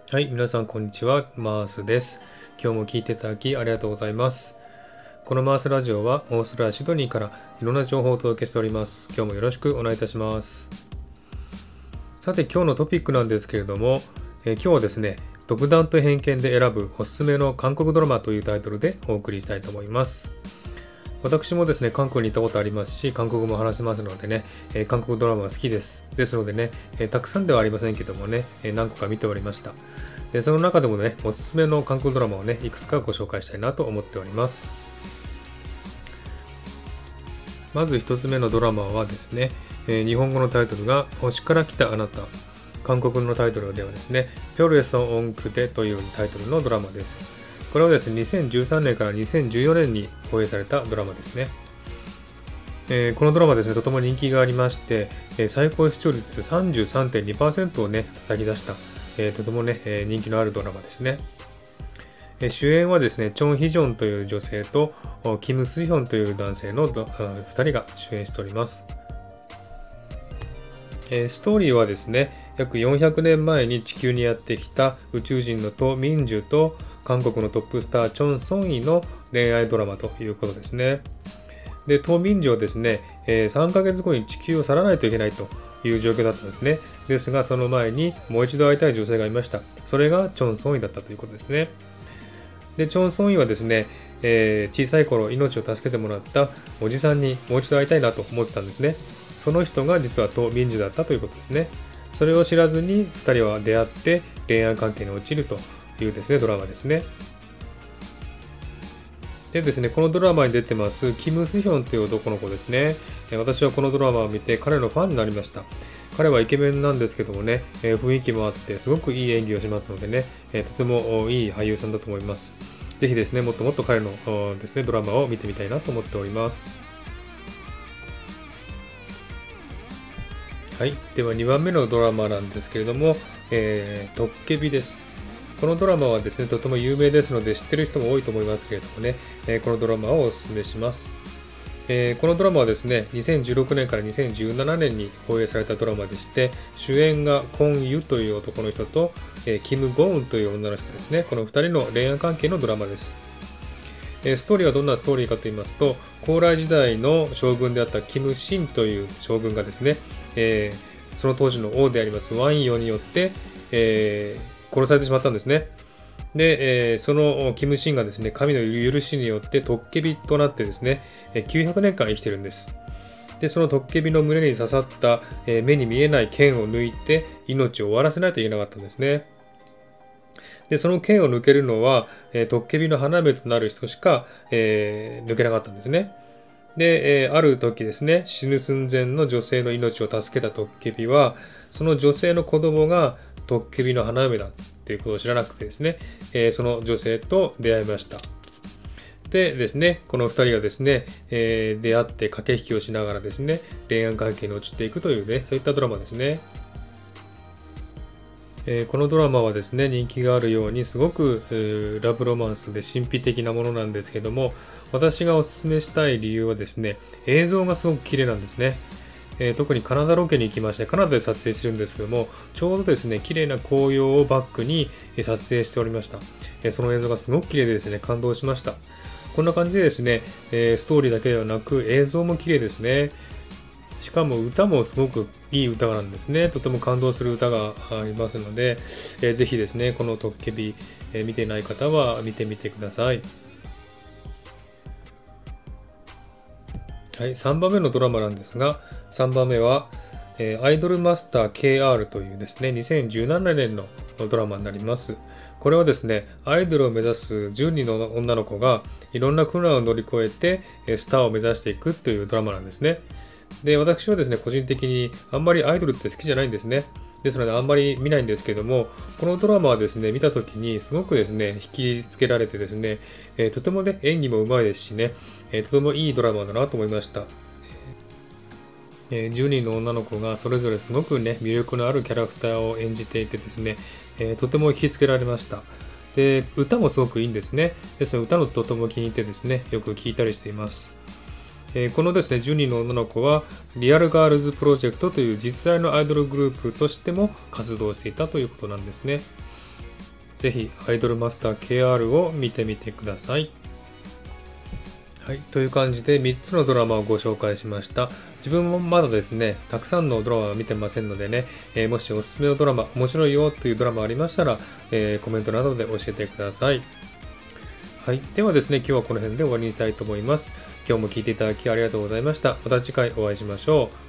はい、皆さんこんにちは、マースです。今日も聞いていただきありがとうございます。このマースラジオはオーストラリアシドニーからいろんな情報をお届けしております。今日もよろしくお願いいたします。さて今日のトピックなんですけれども、今日はですね、独断と偏見で選ぶおすすめの韓国ドラマというタイトルでお送りしたいと思います。私もですね、韓国に行ったことありますし、韓国語も話せますのでね、韓国ドラマが好きです。ですのでね、たくさんではありませんけどもね、何個か見ておりました。で、その中でもね、おすすめの韓国ドラマをね、いくつかご紹介したいなと思っております。まず一つ目のドラマはですね、日本語のタイトルが星から来たあなた。韓国のタイトルではですね、ピョルエソン・オンクデというタイトルのドラマです。これはですね、2013年から2014年に放映されたドラマですね。このドラマですね、とても人気がありまして、最高視聴率 33.2% をね、叩き出した、とてもね、人気のあるドラマですね。主演はですね、チョン・ヒジョンという女性とキム・スヒョンという男性の2人が主演しております。ストーリーはですね、約400年前に地球にやってきた宇宙人のト・ミンジュと韓国のトップスターチョン・ソンイの恋愛ドラマということですね。で、ト・ミンジュはですね、3ヶ月後に地球を去らないといけないという状況だったんですね。ですが、その前にもう一度会いたい女性がいました。それがチョン・ソンイだったということですね。で、チョン・ソンイはですね、小さい頃命を助けてもらったおじさんにもう一度会いたいなと思ってたんですね。その人が実はト・ミンジュだったということですね。それを知らずに2人は出会って恋愛関係に陥るというですね、ドラマですね。でですね、このドラマに出てますキム・スヒョンという男の子ですね。私はこのドラマを見て彼のファンになりました。彼はイケメンなんですけどもね、雰囲気もあってすごくいい演技をしますのでね、とてもいい俳優さんだと思います。ぜひですね、もっともっと彼のですね、ドラマを見てみたいなと思っております。はい。では2番目のドラマなんですけれども、トッケビです。このドラマはですね、とても有名ですので知ってる人も多いと思いますけれどもね、このドラマをお勧めします。このドラマはですね、2016年から2017年に放映されたドラマでして、主演がコン・ユという男の人と、キム・ゴウンという女の人ですね。この2人の恋愛関係のドラマです。ストーリーはどんなストーリーかと言いますと、高麗時代の将軍であったキム・シンという将軍がですね、その当時の王でありますワンヨによって、殺されてしまったんですね。で、そのキム・シンがですね、神の許しによってトッケビとなってですね、900年間生きてるんです。で、そのトッケビの胸に刺さった、目に見えない剣を抜いて命を終わらせないといけなかったんですね。で、その剣を抜けるのは、トッケビの花嫁となる人しか、抜けなかったんですね。で、ある時ですね、死ぬ寸前の女性の命を助けたトッケビは、その女性の子供がトッケビの花嫁だっていうことを知らなくてですね、その女性と出会いました。でですね、この2人がですね、出会って駆け引きをしながらですね、恋愛関係に陥っていくというね、そういったドラマですね。このドラマはですね、人気があるようにすごくラブロマンスで神秘的なものなんですけども、私がおすすめしたい理由はですね、映像がすごく綺麗なんですね。特にカナダロケに行きまして、カナダで撮影してるんですけども、ちょうどですね、綺麗な紅葉をバックに撮影しておりました。その映像がすごく綺麗でですね、感動しました。こんな感じでですね、ストーリーだけではなく映像も綺麗ですね。しかも歌もすごくいい歌なんですね。とても感動する歌がありますので、ぜひですね、このトッケビ、見てない方は見てみてください。はい、3番目のドラマなんですが、3番目は、アイドルマスター KR というですね、2017年のドラマになります。これはですね、アイドルを目指す10人の女の子がいろんな苦難を乗り越えてスターを目指していくというドラマなんですね。で、私はですね、個人的にあんまりアイドルって好きじゃないんですね。ですので、あんまり見ないんですけども、このドラマはですね、見たときにすごくですね、引きつけられてですね、とてもね、演技も上手いですしね、とてもいいドラマだなと思いました。10人の女の子がそれぞれすごくね、魅力のあるキャラクターを演じていてですね、とても引きつけられました。で、歌もすごくいいんですね。ですので、歌のとても気に入ってですね、よく聴いたりしています。このですね、10人の女の子は、リアルガールズプロジェクトという実在のアイドルグループとしても活動していたということなんですね。 ぜひアイドルマスター KR を見てみてください。はい、という感じで3つのドラマをご紹介しました。自分もまだですね、たくさんのドラマは見てませんのでね、もしおすすめのドラマ、面白いよというドラマありましたら、コメントなどで教えてください。はい、ではですね、今日はこの辺で終わりにしたいと思います。今日も聞いていただきありがとうございました。また次回お会いしましょう。